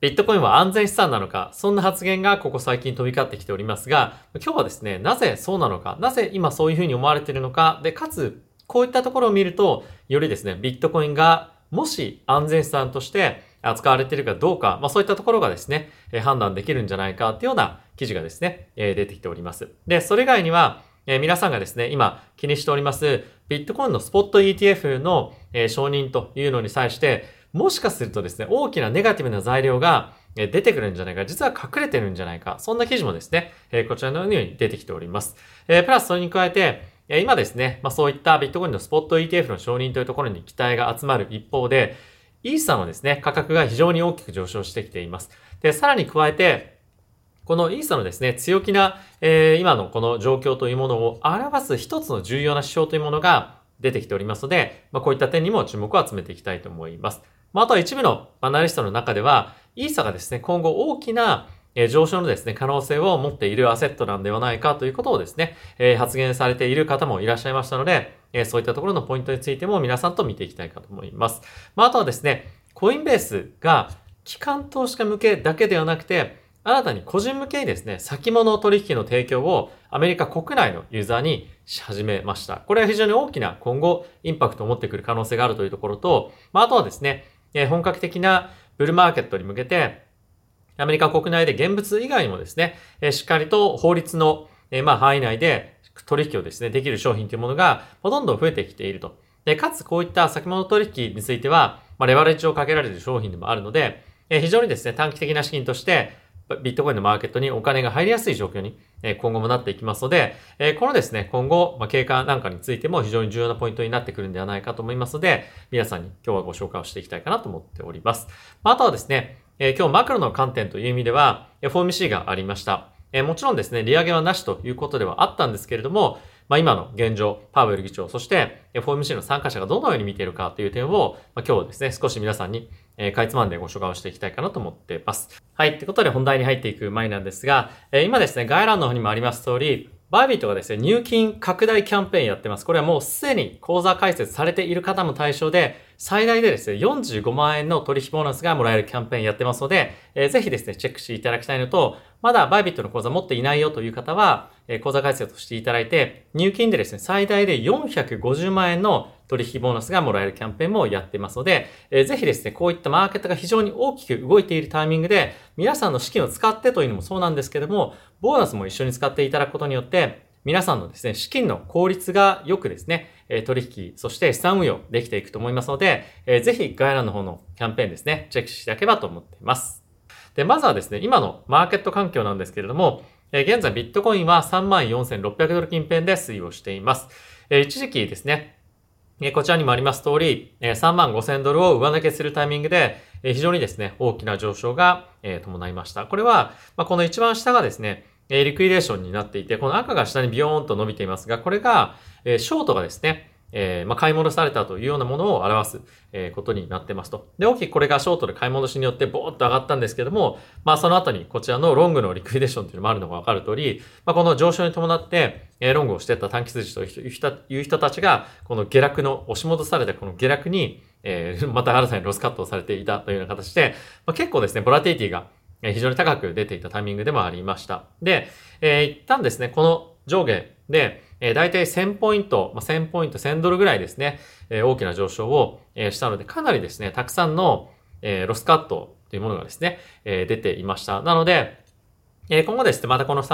ビットコインは安全資産なのか、そんな発言がここ最近飛び交ってきておりますが、今日はですね、なぜそうなのか、なぜ今そういうふうに思われているのか、で、かつ、こういったところを見ると、よりですね、ビットコインがもし安全資産として扱われているかどうか、そういったところがですね、判断できるんじゃないかというような記事がですね、出てきております。で、それ以外には、皆さんがですね、今気にしております、ビットコインのスポット ETF の承認というのに際して、もしかするとですね、大きなネガティブな材料が出てくるんじゃないか、実は隠れてるんじゃないか、そんな記事もですね、こちらのように出てきております。プラスそれに加えて、今ですね、そういったビットコインのスポット ETF の承認というところに期待が集まる一方で、イーサのですね、価格が非常に大きく上昇してきています。で、さらに加えて、このイーサのですね、強気な、今のこの状況というものを表す一つの重要な指標というものが出てきておりますので、こういった点にも注目を集めていきたいと思います。あとは一部のアナリストの中では、イーサがですね、今後大きな上昇のですね、可能性を持っているアセットなんではないかということをですね、発言されている方もいらっしゃいましたので、そういったところのポイントについても皆さんと見ていきたいかと思います。あとはですね、コインベースが機関投資家向けだけではなくて、新たに個人向けにですね、先物取引の提供をアメリカ国内のユーザーにし始めました。これは非常に大きな今後インパクトを持ってくる可能性があるというところと、あとはですね、本格的なブルーマーケットに向けて、アメリカ国内で現物以外にもですね、しっかりと法律の範囲内で取引をですね、できる商品というものがどんどん増えてきていると。で、かつこういった先物取引については、レバレッジをかけられる商品でもあるので、非常にですね、短期的な資金としてビットコインのマーケットにお金が入りやすい状況に今後もなっていきますので、このですね、今後、経過なんかについても非常に重要なポイントになってくるんではないかと思いますので、皆さんに今日はご紹介をしていきたいかなと思っております。あとはですね、今日マクロの観点という意味では、FOMC がありました。もちろんですね、利上げはなしということではあったんですけれども、今の現状、パウエル議長、そして FOMC の参加者がどのように見ているかという点を、今日はですね、少し皆さんにかいつまんでご紹介をしていきたいかなと思っています。はい。ということで本題に入っていく前なんですが、今ですね、概要欄の方にもあります通り、バイビットがですね、入金拡大キャンペーンやってます。これはもうすでに口座開設されている方も対象で、最大でですね、45万円の取引ボーナスがもらえるキャンペーンやってますので、ぜひですね、チェックしていただきたいのと、まだバイビットの口座持っていないよという方は、口座開設をしていただいて、入金でですね、最大で450万円の取引ボーナスがもらえるキャンペーンもやってますので、ぜひですね、こういったマーケットが非常に大きく動いているタイミングで、皆さんの資金を使ってというのもそうなんですけども、ボーナスも一緒に使っていただくことによって、皆さんのですね、資金の効率がよくですね、取引、そして資産運用できていくと思いますので、ぜひ概要欄の方のキャンペーンですね、チェックしていただければと思っています。で、まずはですね、今のマーケット環境なんですけれども、現在ビットコインは34,600ドル近辺で推移をしています。一時期ですね、こちらにもあります通り、35,000ドルを上抜けするタイミングで、非常にですね、大きな上昇が伴いました。これは、この一番下がですね、リクイデーションになっていて、この赤が下にビヨーンと伸びていますが、これが、ショートがですね、買い戻されたというようなものを表す、ことになってますと。で、大きくこれがショートで買い戻しによってボーッと上がったんですけども、その後にこちらのロングのリクイデーションというのもあるのがわかる通り、この上昇に伴って、ロングをしていった短期筋という人たちが、この下落の押し戻されたこの下落に、また新たにロスカットをされていたというような形で、結構ですね、ボラティリティが非常に高く出ていたタイミングでもありました。で、一旦ですね、この上下で、だいたい1000ポイント、1000ポイント、1000ドルぐらいですね、大きな上昇をしたので、かなりですね、たくさんのロスカットというものがですね、出ていました。なので、今後ですね、またこの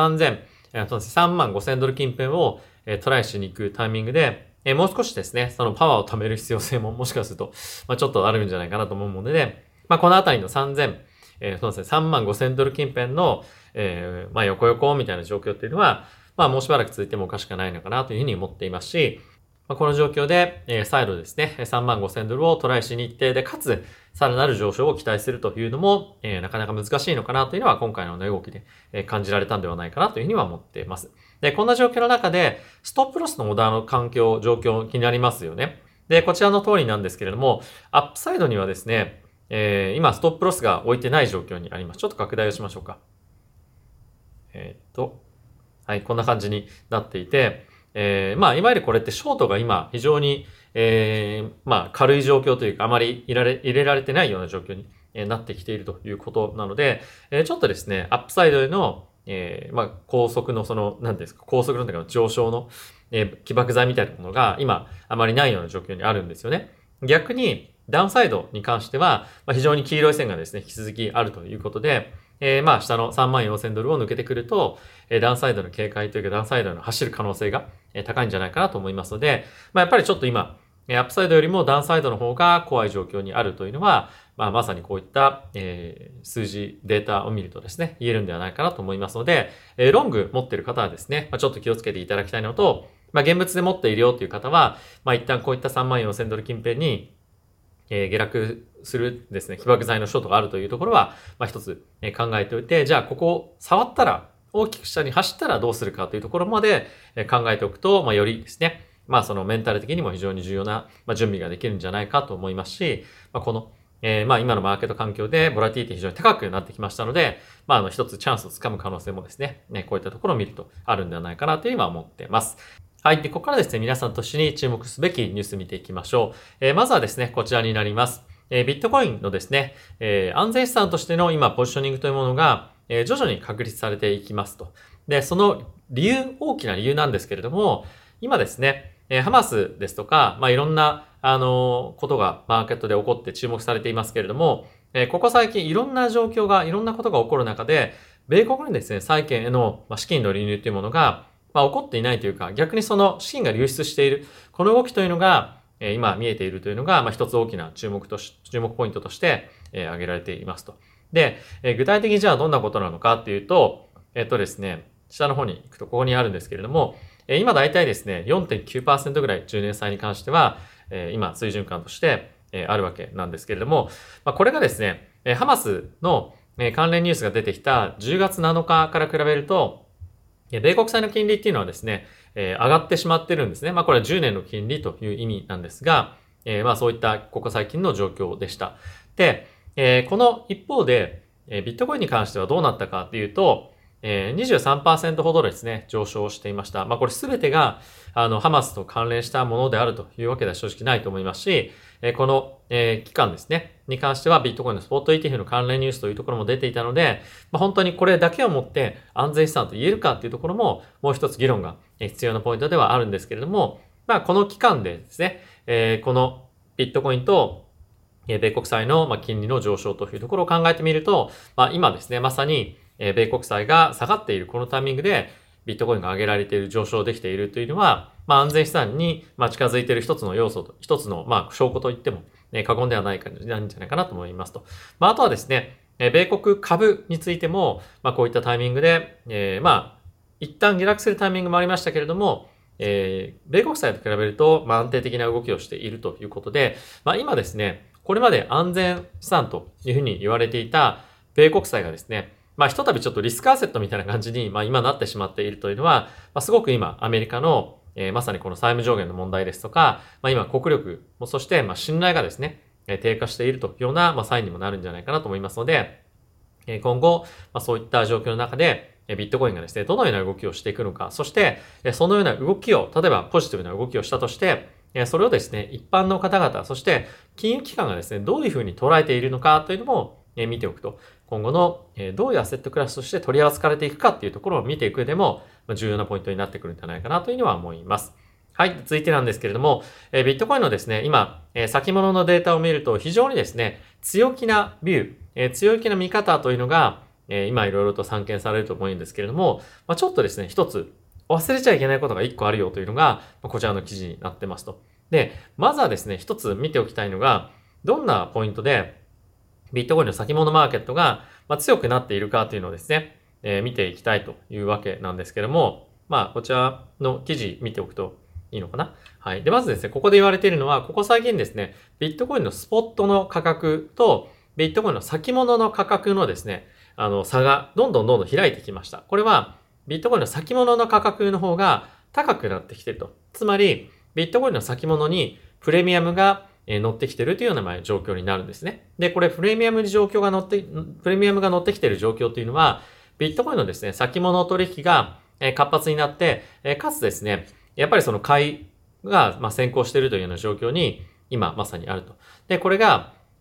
35,000ドル近辺をトライしに行くタイミングで、もう少しですね、そのパワーを貯める必要性ももしかすると、ちょっとあるんじゃないかなと思うので、このあたりの35,000ドル近辺の、横横みたいな状況っていうのは、もうしばらく続いてもおかしくないのかなというふうに思っていますし、この状況で、再度ですね、35,000ドルをトライしに行って、で、かつ、さらなる上昇を期待するというのも、なかなか難しいのかなというのは、今回の値動きで、感じられたんではないかなというふうには思っています。で、こんな状況の中で、ストップロスのオーダーの状況気になりますよね。で、こちらの通りなんですけれども、アップサイドにはですね、今、ストップロスが置いてない状況にあります。ちょっと拡大をしましょうか。はい、こんな感じになっていて、いわゆるこれってショートが今非常に、軽い状況というかあまり入れられてないような状況になってきているということなので、ちょっとですね、アップサイドへの高速のなんていうんですか、高速の上昇の、起爆剤みたいなものが今あまりないような状況にあるんですよね。逆にダウンサイドに関しては、非常に黄色い線がですね、引き続きあるということで、下の$34,000を抜けてくると、ダウンサイドの警戒というかダウンサイドの走る可能性が高いんじゃないかなと思いますので、やっぱりちょっと今、アップサイドよりもダウンサイドの方が怖い状況にあるというのは、まさにこういった、数字、データを見るとですね、言えるんではないかなと思いますので、ロング持っている方はですね、ちょっと気をつけていただきたいのと、現物で持っているよという方は、一旦こういった$34,000近辺に、下落するですね、起爆剤のショートがあるというところは、一つ考えておいて、じゃあここを触ったら、大きく下に走ったらどうするかというところまで考えておくと、よりですね、そのメンタル的にも非常に重要な準備ができるんじゃないかと思いますし、この今のマーケット環境でボラティリティ非常に高くなってきましたので、一つチャンスをつかむ可能性もですね、こういったところを見るとあるんではないかなという今思っています。はい。で、ここからですね、皆さんと一緒に注目すべきニュース見ていきましょう。まずはですね、こちらになります。ビットコインのですね、安全資産としての今ポジショニングというものが、徐々に確立されていきますと。で、その大きな理由なんですけれども、今ですね、ハマスですとか、いろんな、ことがマーケットで起こって注目されていますけれども、ここ最近いろんな状況が、いろんなことが起こる中で、米国にですね、債券への資金の流入というものが、起こっていないというか、逆にその資金が流出している、この動きというのが、今見えているというのが、一つ大きな注目ポイントとして、挙げられていますと。で、具体的にじゃあどんなことなのかっていうと、ですね、下の方に行くとここにあるんですけれども、今だいたいですね、4.9% ぐらい10年債に関しては、今水準感としてあるわけなんですけれども、これがですね、ハマスの関連ニュースが出てきた10月7日から比べると、米国債の金利っていうのはですね、上がってしまってるんですね。これは10年の金利という意味なんですが、そういったここ最近の状況でした。で、この一方で、ビットコインに関してはどうなったかっていうと、23% ほどですね、上昇していました。これすべてが、ハマスと関連したものであるというわけでは正直ないと思いますし、この、期間ですね、に関してはビットコインのスポット ETF の関連ニュースというところも出ていたので、本当にこれだけをもって安全資産と言えるかっていうところも、もう一つ議論が必要なポイントではあるんですけれども、この期間でですね、このビットコインと米国債の金利の上昇というところを考えてみると、今ですね、まさに米国債が下がっているこのタイミングでビットコインが上げられている、上昇できているというのは、安全資産に近づいている一つの要素と、一つの証拠と言っても過言ではないんじゃないかなと思いますと。あとはですね、米国株についても、こういったタイミングで、一旦下落するタイミングもありましたけれども、米国債と比べると、安定的な動きをしているということで、今ですね、これまで安全資産というふうに言われていた米国債がですね、ひとたびちょっとリスクアセットみたいな感じに、今なってしまっているというのは、すごく今アメリカの、まさにこの債務上限の問題ですとか、今国力も、そして信頼がですね、低下しているというような、サインにもなるんじゃないかなと思いますので、今後、そういった状況の中で、ビットコインがですね、どのような動きをしていくのか、そして、そのような動きを、例えばポジティブな動きをしたとして、それをですね、一般の方々、そして金融機関がですね、どういうふうに捉えているのかというのも見ておくと、今後のどういうアセットクラスとして取り扱われていくかっていうところを見ていく上でも重要なポイントになってくるんじゃないかなというのは思います。はい、続いてなんですけれども、ビットコインのですね、今、先物のデータを見ると非常にですね、強気なビュー、強気な見方というのが、今いろいろと散見されると思うんですけれども、ちょっとですね、一つ忘れちゃいけないことが一個あるよというのが、こちらの記事になってますと。で、まずはですね、一つ見ておきたいのが、どんなポイントでビットコインの先物マーケットが強くなっているかというのをですね、見ていきたいというわけなんですけれども、こちらの記事見ておくといいのかな。はい。で、まずですね、ここで言われているのは、ここ最近ですね、ビットコインのスポットの価格と、ビットコインの先物の価格のですね、差がどんどん開いてきました。これは、ビットコインの先物の価格の方が高くなってきていると。つまり、ビットコインの先物にプレミアムが乗ってきているというような状況になるんですね。で、これプレミアムが乗ってきている状況というのは、ビットコインのですね、先物取引が活発になって、かつですね、やっぱりその買いが先行しているというような状況に今まさにあると。で、これが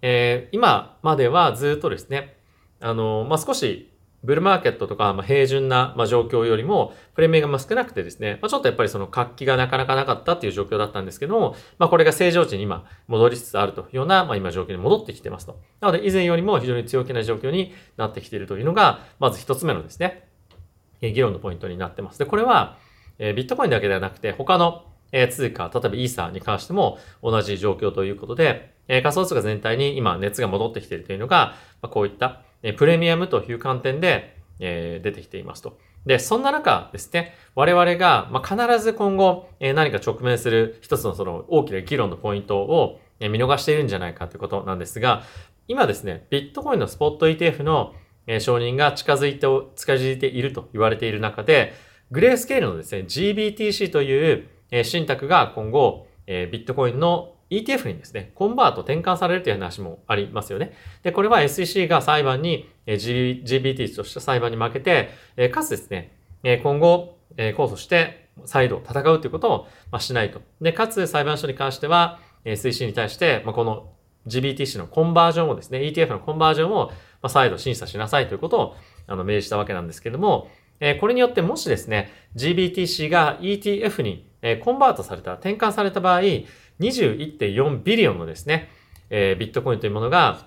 今まではずっとですね、少しブルーマーケットとか、平準な、状況よりも、プレミアが少なくてですね、ちょっとやっぱりその活気がなかなかなかったっていう状況だったんですけども、これが正常値に今戻りつつあるというような、今状況に戻ってきてますと。なので以前よりも非常に強気な状況になってきているというのが、まず一つ目のですね、議論のポイントになってます。で、これは、ビットコインだけではなくて、他の通貨、例えばイーサーに関しても同じ状況ということで、仮想通貨全体に今熱が戻ってきているというのが、こういったプレミアムという観点で、出てきていますと。で、そんな中ですね、我々が、必ず今後、何か直面する一つのその大きな議論のポイントを、見逃しているんじゃないかということなんですが、今ですね、ビットコインのスポット ETF の承認が近づいていると言われている中で、グレースケールのですね、GBTC という信託が今後、ビットコインの ETF にですね、コンバート転換されるという話もありますよね。で、これは SEC が裁判に、GBT とした裁判に負けて、かつですね、今後、控訴して再度戦うということをしないと。で、かつ裁判所に関しては、SEC に対して、この GBTC のコンバージョンをですね、ETF のコンバージョンを再度審査しなさいということを命じたわけなんですけれども、これによってもしですね、GBTC が ETF にコンバートされた、転換された場合、21.4 ビリオンのですね、ビットコインというものが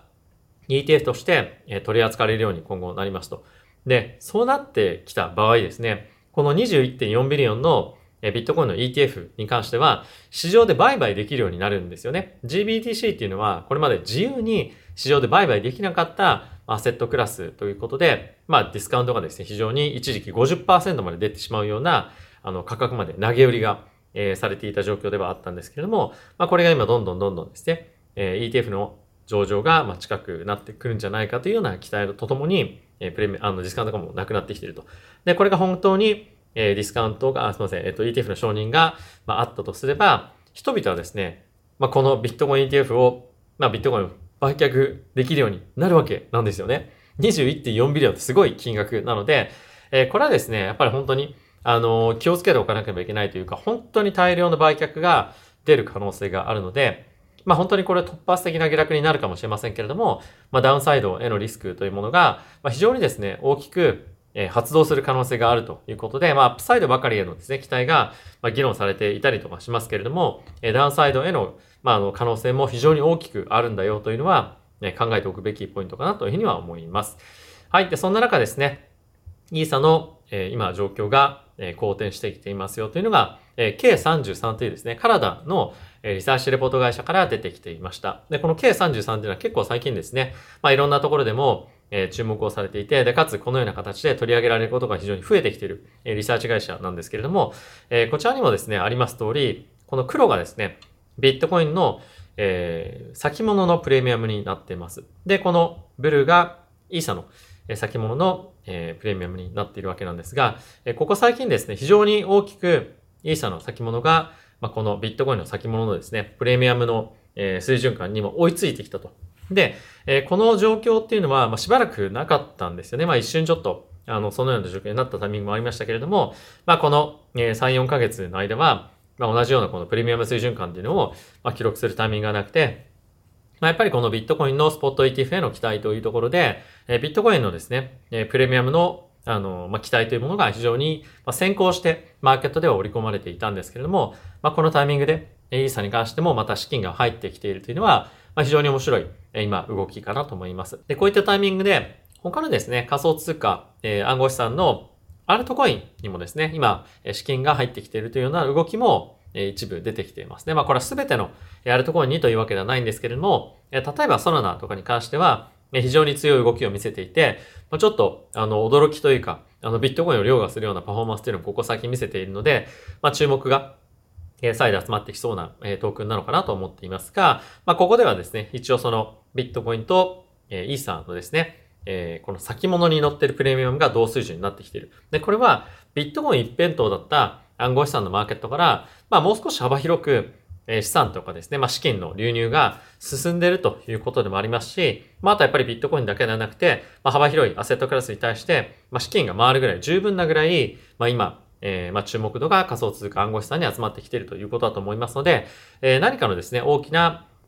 ETF として取り扱われるように今後なりますと。で、そうなってきた場合ですね、この 21.4 ビリオンのビットコインの ETF に関しては、市場で売買できるようになるんですよね。GBTC っていうのは、これまで自由に市場で売買できなかったアセットクラスということで、ディスカウントがですね、非常に一時期 50% まで出てしまうような、価格まで投げ売りが、されていた状況ではあったんですけれども、これが今どんどんですね、ETF の上場が近くなってくるんじゃないかというような期待とともに、ディスカウントがもうなくなってきていると。で、これが本当に、ディスカウントが、すみません、ETF の承認が、あったとすれば、人々はですね、このビットコイン ETF を、ビットコインを売却できるようになるわけなんですよね。21.4 ビリオンってすごい金額なので、これはですね、やっぱり本当に、気をつけておかなければいけないというか、本当に大量の売却が出る可能性があるので、本当にこれ突発的な下落になるかもしれませんけれども、ダウンサイドへのリスクというものが、非常にですね、大きく発動する可能性があるということで、アップサイドばかりへのですね、期待が議論されていたりとかしますけれども、ダウンサイドへの可能性も非常に大きくあるんだよというのは、考えておくべきポイントかなというふうには思います。はい。で、そんな中ですね、イーサの今状況が好転してきていますよというのが、K33 というですね、カナダのリサーチレポート会社から出てきていました。で、この K33 というのは結構最近ですね、いろんなところでも注目をされていて、で、かつこのような形で取り上げられることが非常に増えてきているリサーチ会社なんですけれども、こちらにもですね、あります通り、この黒がですね、ビットコインの先物のプレミアムになっています。で、このブルーがイーサの先物のプレミアムになっているわけなんですが、ここ最近ですね、非常に大きくイーサの先物が、このビットコインの先物のですね、プレミアムの水準感にも追いついてきたと。で、この状況っていうのは、しばらくなかったんですよね。一瞬ちょっと、そのような状況になったタイミングもありましたけれども、この3、4ヶ月の間は、同じようなこのプレミアム水準感っていうのを記録するタイミングがなくて、やっぱりこのビットコインのスポット ETF への期待というところで、ビットコインのですね、プレミアムの期待というものが非常に先行してマーケットでは織り込まれていたんですけれども、このタイミングでイーサに関してもまた資金が入ってきているというのは、非常に面白い今動きかなと思います。で、こういったタイミングで他のですね、仮想通貨、暗号資産のアルトコインにもですね、今資金が入ってきているというような動きも一部出てきていますね。これは全てのアルトコインにというわけではないんですけれども、例えばソラナとかに関しては非常に強い動きを見せていて、ちょっと驚きというか、ビットコインを凌駕するようなパフォーマンスというのをここ最近見せているので、注目が再度集まってきそうなトークンなのかなと思っていますが、ここではですね、一応そのビットコインとイーサのですね、この先物に乗っているプレミアムが同水準になってきている。で、これはビットコイン一辺倒だった暗号資産のマーケットから、もう少し幅広く資産とかですね、資金の流入が進んでいるということでもありますし、あとやっぱりビットコインだけではなくて、幅広いアセットクラスに対して、資金が回るぐらい、十分なぐらい、今、注目度が仮想通貨暗号資産に集まってきているということだと思いますので、何かのですね、大きな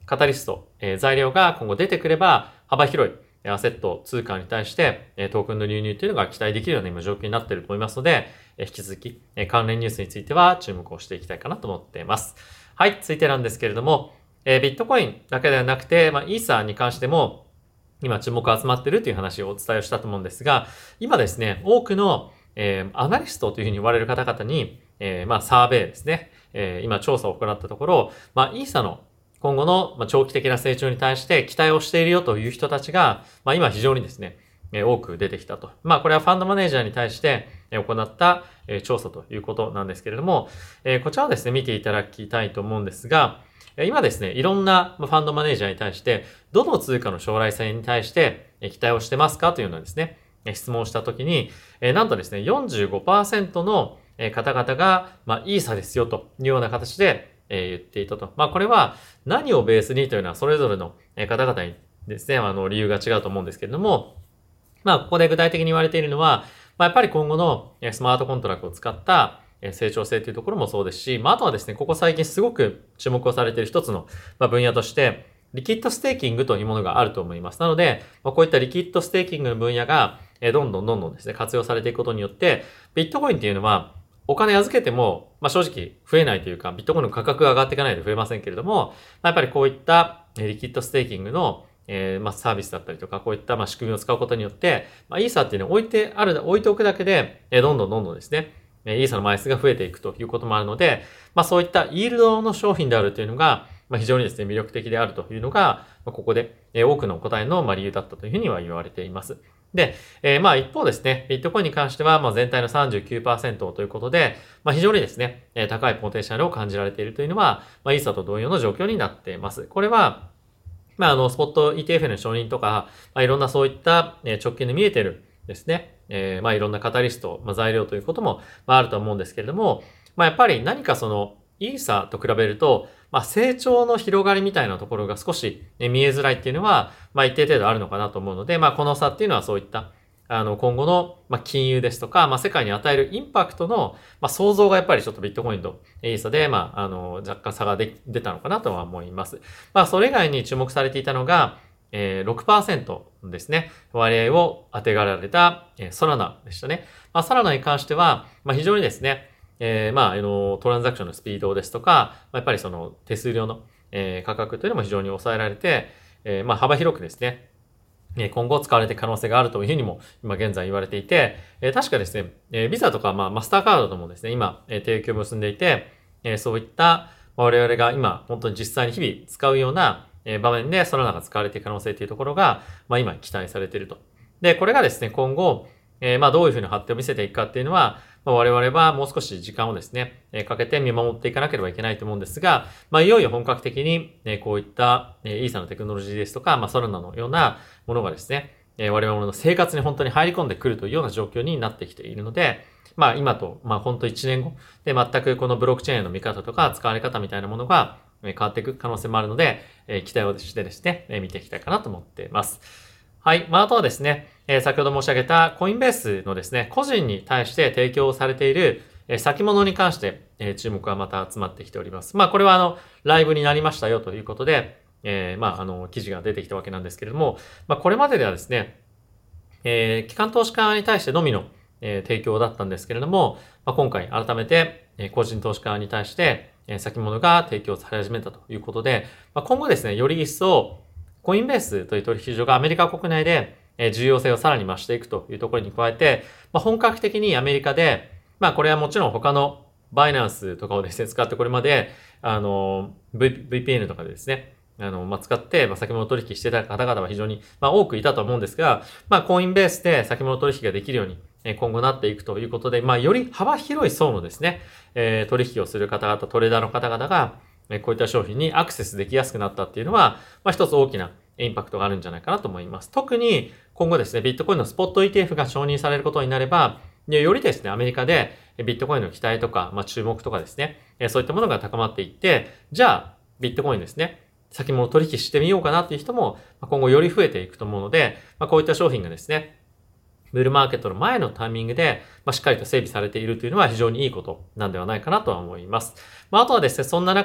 カタリスト、材料が今後出てくれば、幅広いアセット通貨に対して、トークンの流入というのが期待できるような今状況になっていると思いますので、引き続き、関連ニュースについては注目をしていきたいかなと思っています。はい、続いてなんですけれども、ビットコインだけではなくて、イーサーに関しても、今注目が集まっているという話をお伝えをしたと思うんですが、今ですね、多くの、アナリストというふうに言われる方々に、サーベイですね、今調査を行ったところ、イーサの今後の長期的な成長に対して期待をしているよという人たちが、今非常にですね、多く出てきたと。これはファンドマネージャーに対して行った調査ということなんですけれども、こちらをですね、見ていただきたいと思うんですが、今ですね、いろんなファンドマネージャーに対して、どの通貨の将来性に対して期待をしてますかというのをですね、質問したときに、なんとですね、45% の方々が、イーサですよというような形で言っていたと。これは何をベースにというのはそれぞれの方々にですね、理由が違うと思うんですけれども、ここで具体的に言われているのは、やっぱり今後のスマートコントラクトを使った成長性というところもそうですし、あとはですね、ここ最近すごく注目をされている一つの分野として、リキッドステーキングというものがあると思います。なので、こういったリキッドステーキングの分野が、どんどんですね、活用されていくことによって、ビットコインっていうのは、お金預けても、正直増えないというか、ビットコインの価格が上がっていかないと増えませんけれども、やっぱりこういったリキッドステーキングのサービスだったりとか、こういった仕組みを使うことによって、イーサっていうのを置いておくだけで、どんどんですね、イーサの枚数が増えていくということもあるので、そういったイールドの商品であるというのが、非常にですね、魅力的であるというのが、ここで多くの答えの理由だったというふうには言われています。で、一方ですね、ビットコインに関しては、全体の 39% ということで、非常にですね、高いポテンシャルを感じられているというのは、イーサと同様の状況になっています。これは、スポット ETF の承認とか、いろんなそういった直近で見えているですね、いろんなカタリスト、材料ということも、あると思うんですけれども、やっぱり何かその、イーサと比べると、成長の広がりみたいなところが少し見えづらいっていうのは、一定程度あるのかなと思うので、この差っていうのはそういった、今後の、金融ですとか、世界に与えるインパクトの、想像がやっぱりちょっとビットコインとイーサで、若干差が出たのかなとは思います。それ以外に注目されていたのが、6% ですね、割合を当てがられた、ソラナでしたね。ソラナに関しては、非常にですね、トランザクションのスピードですとか、やっぱりその手数料の、価格というのも非常に抑えられて、幅広くですね、今後使われていく可能性があるというふうにも今現在言われていて、確かですね、ビザとかマスターカードともですね、今、提供を結んでいて、そういった我々が今本当に実際に日々使うような場面でその中使われていく可能性というところが、今期待されていると。で、これがですね、今後、どういうふうな発展を見せていくかっていうのは、我々はもう少し時間をですね、かけて見守っていかなければいけないと思うんですが、いよいよ本格的に、こういった、イーサのテクノロジーですとか、ソラナのようなものがですね、我々の生活に本当に入り込んでくるというような状況になってきているので、今と、本当1年後で全くこのブロックチェーンの見方とか使われ方みたいなものが変わっていく可能性もあるので、期待をしてですね、見ていきたいかなと思っています。はい。あとはですね、先ほど申し上げたコインベースのですね、個人に対して提供されている先物に関して、注目がまた集まってきております。これはライブになりましたよということで、記事が出てきたわけなんですけれども、これまでではですね、機関投資家に対してのみの、提供だったんですけれども、今回改めて、個人投資家に対して、先物が提供され始めたということで、今後ですね、より一層、コインベースという取引所がアメリカ国内で重要性をさらに増していくというところに加えて、本格的にアメリカで、これはもちろん他のバイナンスとかをですね、使ってこれまで、VPN とかでですね、使って、先物取引してた方々は非常に、多くいたと思うんですが、コインベースで先物取引ができるように、今後なっていくということで、より幅広い層のですね、取引をする方々、トレーダーの方々が、こういった商品にアクセスできやすくなったっていうのは、一つ大きなインパクトがあるんじゃないかなと思います。特に今後ですね、ビットコインのスポット ETF が承認されることになれば、よりですね、アメリカでビットコインの期待とか、注目とかですね、そういったものが高まっていって、じゃあ、ビットコインですね、先物取引してみようかなっていう人も、今後より増えていくと思うので、こういった商品がですね、ブルーマーケットの前のタイミングで、しっかりと整備されているというのは非常にいいことなんではないかなとは思います。あとはですね、そんな中、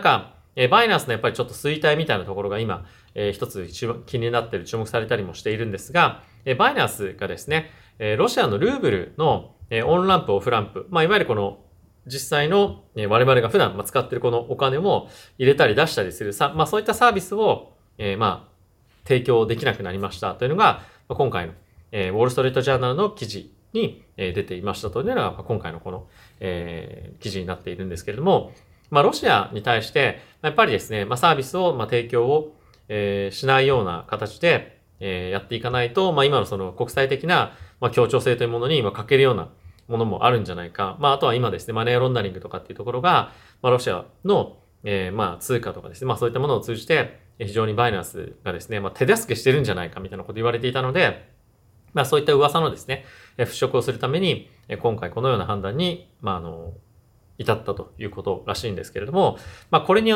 バイナンスのやっぱりちょっと衰退みたいなところが今、一つ一番気になっている、注目されたりもしているんですが、バイナンスがですね、ロシアのルーブルのオンランプ、オフランプ、いわゆるこの実際の我々が普段使っているこのお金を入れたり出したりするそういったサービスを、提供できなくなりましたというのが、今回の、ウォールストリートジャーナルの記事に出ていましたというのが、今回のこの、記事になっているんですけれども、ロシアに対して、やっぱりですね、サービスを、提供を、しないような形で、やっていかないと、今のその国際的な、協調性というものに欠けるようなものもあるんじゃないか。あとは今ですね、マネーロンダリングとかっていうところが、ロシアの、通貨とかですね、そういったものを通じて、非常にバイナンスがですね、手助けしてるんじゃないかみたいなこと言われていたので、そういった噂のですね、払拭をするために、今回このような判断に、至ったということらしいんですけれども、これによって、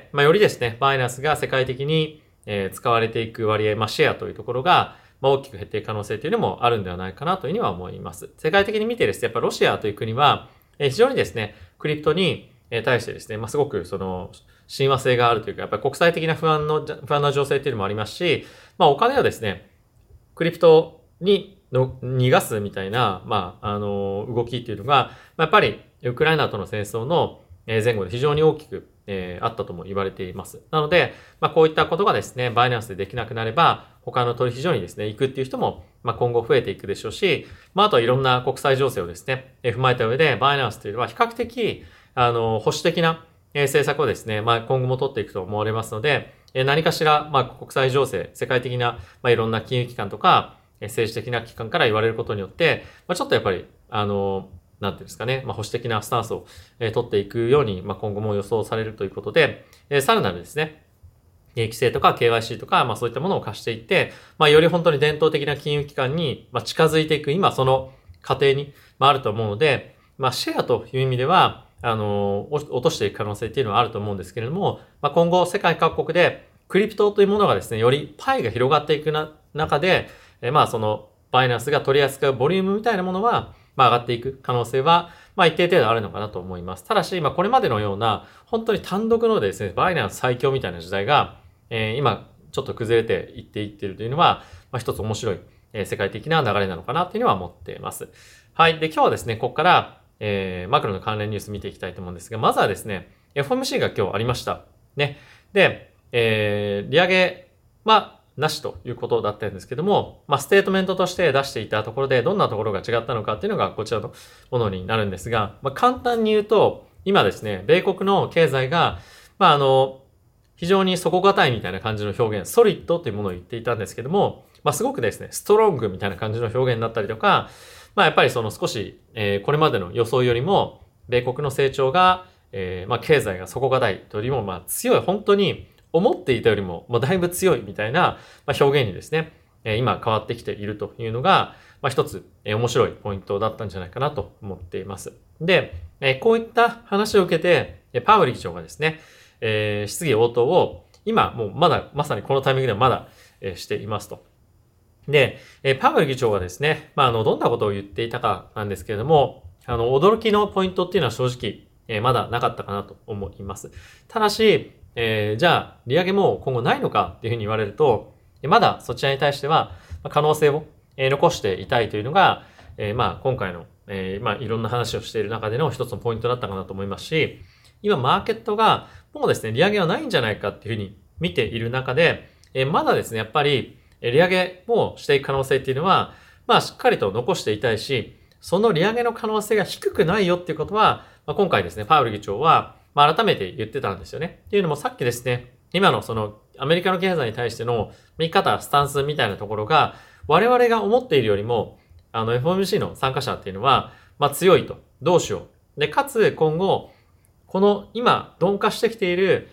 よりですね、バイナンスが世界的に、使われていく割合、シェアというところが、大きく減っていく可能性というのもあるんではないかなというふうには思います。世界的に見てですね、やっぱロシアという国は、非常にですね、クリプトに対してですね、すごくその、親和性があるというか、やっぱり国際的な不安な情勢というのもありますし、お金をですね、クリプトに逃がすみたいな、動きっていうのが、やっぱりウクライナとの戦争の前後で非常に大きくあったとも言われています。なので、こういったことがですね、バイナンスでできなくなれば、他の取引所にですね、行くっていう人も、今後増えていくでしょうし、あとはいろんな国際情勢をですね、踏まえた上で、バイナンスというのは比較的、保守的な政策をですね、今後も取っていくと思われますので、何かしら、国際情勢、世界的な、いろんな金融機関とか、政治的な機関から言われることによって、ちょっとやっぱり、なんていうんですかね、保守的なスタンスを取っていくように、今後も予想されるということで、さらなるですね、規制とか KYC とか、そういったものを貸していって、より本当に伝統的な金融機関に、近づいていく、今その過程に、あると思うので、シェアという意味では、落としていく可能性っていうのはあると思うんですけれども、今後世界各国でクリプトというものがですね、よりパイが広がっていく中で、そのバイナンスが取り扱うボリュームみたいなものは、上がっていく可能性は、一定程度あるのかなと思います。ただし、これまでのような、本当に単独のですね、バイナンス最強みたいな時代が、今、ちょっと崩れていっているというのは、一つ面白い、世界的な流れなのかなというのは思っています。はい。で、今日はですね、ここから、マクロの関連ニュース見ていきたいと思うんですが、まずはですね、FOMC が今日ありました。ね。で、利上げはなしということだったんですけども、ステートメントとして出していたところで、どんなところが違ったのかっていうのがこちらのものになるんですが、簡単に言うと、今ですね、米国の経済が、非常に底堅いみたいな感じの表現、ソリッドというものを言っていたんですけども、すごくですね、ストロングみたいな感じの表現になったりとか、やっぱりその少し、これまでの予想よりも、米国の成長が、経済が底堅いというよりも、強い、本当に思っていたよりも、だいぶ強いみたいな表現にですね、今変わってきているというのが、一つ、面白いポイントだったんじゃないかなと思っています。で、こういった話を受けて、パウエル議長がですね、質疑応答を今もうまさにこのタイミングではまだ、していますと。で、パウエル議長がですね、どんなことを言っていたかなんですけれども、驚きのポイントっていうのは正直、まだなかったかなと思います。ただし、じゃあ、利上げも今後ないのかっていうふうに言われると、まだそちらに対しては可能性を残していたいというのが、今回の、いろんな話をしている中での一つのポイントだったかなと思いますし、今マーケットがもうですね、利上げはないんじゃないかっていうふうに見ている中で、まだですね、やっぱり利上げをしていく可能性っていうのは、しっかりと残していたいし、その利上げの可能性が低くないよっていうことは、今回ですね、パウエル議長は、改めて言ってたんですよね。っていうのもさっきですね、今のそのアメリカの経済に対しての見方、スタンスみたいなところが、我々が思っているよりも、FOMC の参加者っていうのは、強いと。どうしよう。で、かつ今後、この今鈍化してきている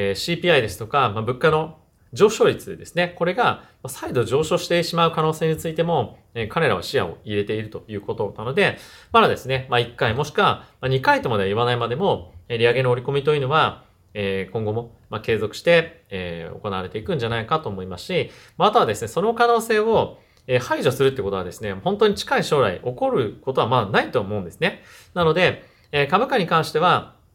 CPI ですとか、物価の上昇率ですね。これが再度上昇してしまう可能性についても、彼らは視野を入れているということなので、まだですね、1回もしくは2回とまでは言わないまでも、利上げの織り込みというのは、今後も継続して、行われていくんじゃないかと思いますし、あとはですね、その可能性を排除するってことはですね、本当に近い将来起こることはないと思うんですね。なので、株価に関しては、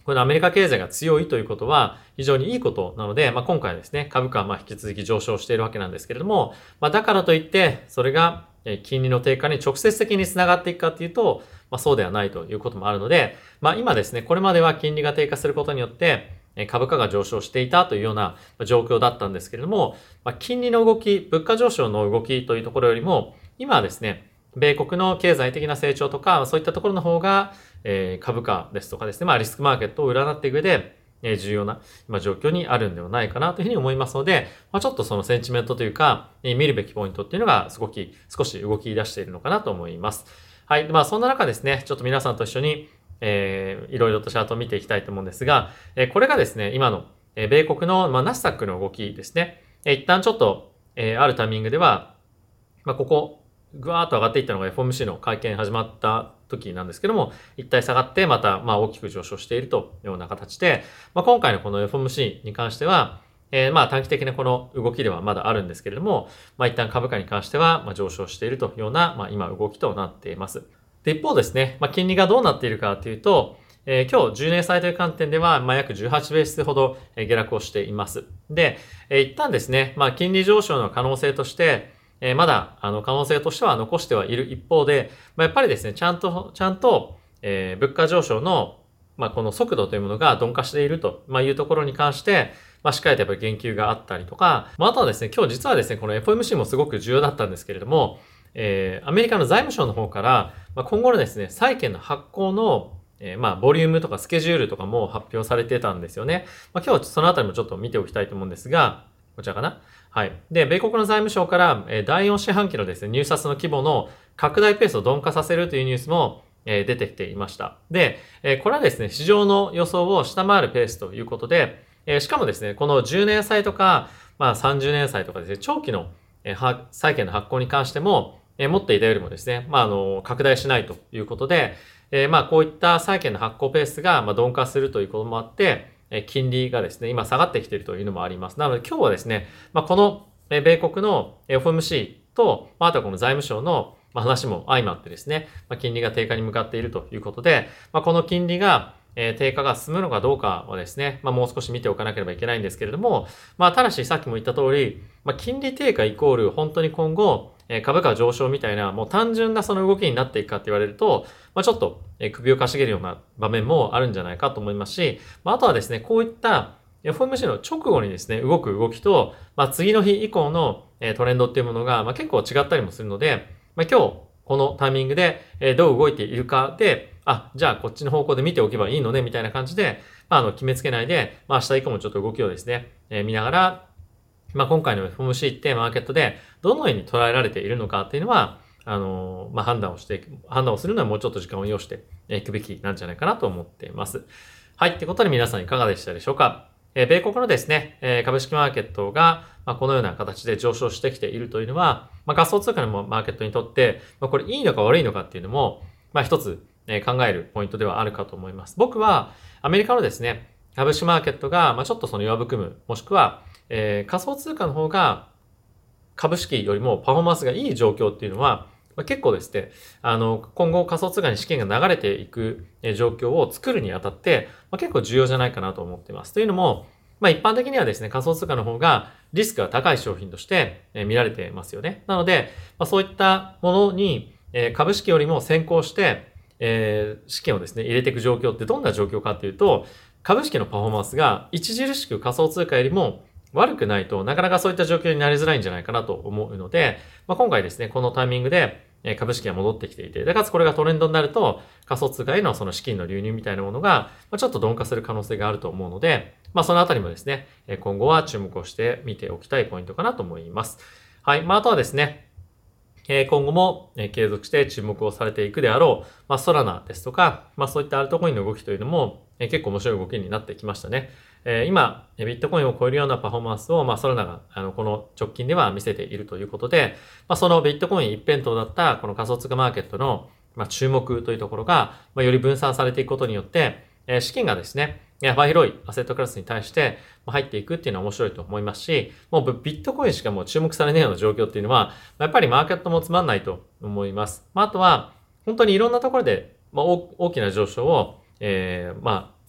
このアメリカ経済が強いということは非常にいいことなので、今回ですね、株価は引き続き上昇しているわけなんですけれども、だからといって、それが金利の低下に直接的につながっていくかというと、そうではないということもあるので、今ですね、これまでは金利が低下することによって、株価が上昇していたというような状況だったんですけれども、金利の動き、物価上昇の動きというところよりも、今はですね、米国の経済的な成長とか、そういったところの方が、株価ですとかですね、リスクマーケットを占っていく上で、重要な状況にあるんではないかなというふうに思いますので、ちょっとそのセンチメントというか、見るべきポイントっていうのが少し動き出しているのかなと思います。はい。そんな中ですね、ちょっと皆さんと一緒に、いろいろとチャートを見ていきたいと思うんですが、これがですね、今の、米国の、ナスダックの動きですね。一旦ちょっと、あるタイミングでは、ここ、ぐわーっと上がっていったのが FOMC の会見始まった時なんですけども、一体下がってまた大きく上昇しているというような形で、今回のこの FOMC に関しては、短期的なこの動きではまだあるんですけれども、一旦株価に関しては上昇しているというような、今動きとなっています。で、一方ですね、金利がどうなっているかというと、今日10年債という観点では、約18ベースほど下落をしています。で、一旦ですね、金利上昇の可能性として、まだ、可能性としては残してはいる一方で、やっぱりですね、ちゃんと、物価上昇の、この速度というものが鈍化しているというところに関して、しっかりとやっぱり言及があったりとか、あとはですね、今日実はですね、この FOMC もすごく重要だったんですけれども、アメリカの財務省の方から、今後のですね、債券の発行のボリュームとかスケジュールとかも発表されてたんですよね。今日はそのあたりもちょっと見ておきたいと思うんですが、こちらかな。はい。で、米国の財務省から、第4四半期のですね、入札の規模の拡大ペースを鈍化させるというニュースも、出てきていました。で、これはですね、市場の予想を下回るペースということで、しかもですね、この10年債とか、30年債とかですね、長期の、債券の発行に関しても、持っていたよりもですね、拡大しないということで、こういった債券の発行ペースが、鈍化するということもあって、金利がですね、今下がってきているというのもあります。なので今日はですね、この米国の FOMC と、あとはこの財務省の話も相まってですね、金利が低下に向かっているということで、この金利が低下が進むのかどうかはですね、もう少し見ておかなければいけないんですけれども、ただしさっきも言った通り、金利低下イコール本当に今後、株価上昇みたいな、もう単純なその動きになっていくかって言われると、ちょっと首をかしげるような場面もあるんじゃないかと思いますし、あとはですね、こういった FOMC の直後にですね、動く動きと、次の日以降のトレンドっていうものが結構違ったりもするので、今日このタイミングでどう動いているかで、じゃあこっちの方向で見ておけばいいのねみたいな感じで、決めつけないで、明日以降もちょっと動きをですね、見ながら、今回の FOMC ってマーケットでどのように捉えられているのかっていうのは、判断をするのはもうちょっと時間を要していくべきなんじゃないかなと思っています。はい。ってことで皆さんいかがでしたでしょうか。米国のですね、株式マーケットが、このような形で上昇してきているというのは、仮想通貨のマーケットにとって、これいいのか悪いのかっていうのも、一つ考えるポイントではあるかと思います。僕はアメリカのですね、株式マーケットが、ちょっとその弱含む、もしくは、仮想通貨の方が株式よりもパフォーマンスがいい状況っていうのは、結構ですね、今後仮想通貨に資金が流れていく状況を作るにあたって、結構重要じゃないかなと思っています。というのも、一般的にはですね、仮想通貨の方がリスクが高い商品として見られていますよね。なので、そういったものに株式よりも先行して、資金をですね、入れていく状況ってどんな状況かっていうと、株式のパフォーマンスが著しく仮想通貨よりも悪くないとなかなかそういった状況になりづらいんじゃないかなと思うので、今回ですね、このタイミングで株式が戻ってきていて、でかつこれがトレンドになると仮想通貨へのその資金の流入みたいなものがちょっと鈍化する可能性があると思うので、そのあたりもですね、今後は注目をして見ておきたいポイントかなと思います。はい。あとはですね、今後も継続して注目をされていくであろう、ソラナですとか、そういったアルトコインの動きというのも結構面白い動きになってきましたね。今、ビットコインを超えるようなパフォーマンスを、ソラナが、この直近では見せているということで、そのビットコイン一辺倒だったこの仮想通貨マーケットの、注目というところが、より分散されていくことによって、資金がですね、幅広いアセットクラスに対して入っていくっていうのは面白いと思いますし、もうビットコインしかもう注目されないような状況っていうのは、やっぱりマーケットもつまんないと思います。あとは、本当にいろんなところで、大きな上昇を、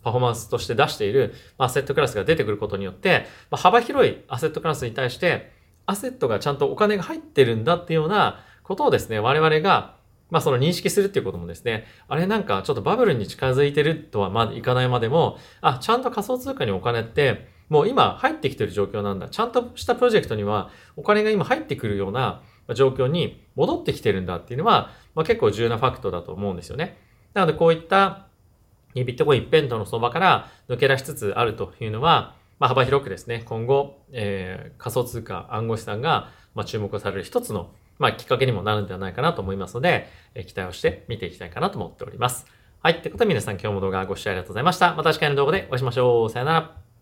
パフォーマンスとして出しているアセットクラスが出てくることによって、幅広いアセットクラスに対して、アセットがちゃんとお金が入ってるんだっていうようなことをですね、我々が、その認識するっていうこともですね、あれなんかちょっとバブルに近づいてるとはまだいかないまでも、ちゃんと仮想通貨にお金って、もう今入ってきてる状況なんだ。ちゃんとしたプロジェクトにはお金が今入ってくるような状況に戻ってきてるんだっていうのは、結構重要なファクトだと思うんですよね。なのでこういったビットコイン一辺倒の相場から抜け出しつつあるというのは、幅広くですね、今後、仮想通貨暗号資産が、注目される一つの、きっかけにもなるんではないかなと思いますので、期待をして見ていきたいかなと思っております。はい。ってことで皆さん今日も動画ご視聴ありがとうございました。また次回の動画でお会いしましょう。さよなら。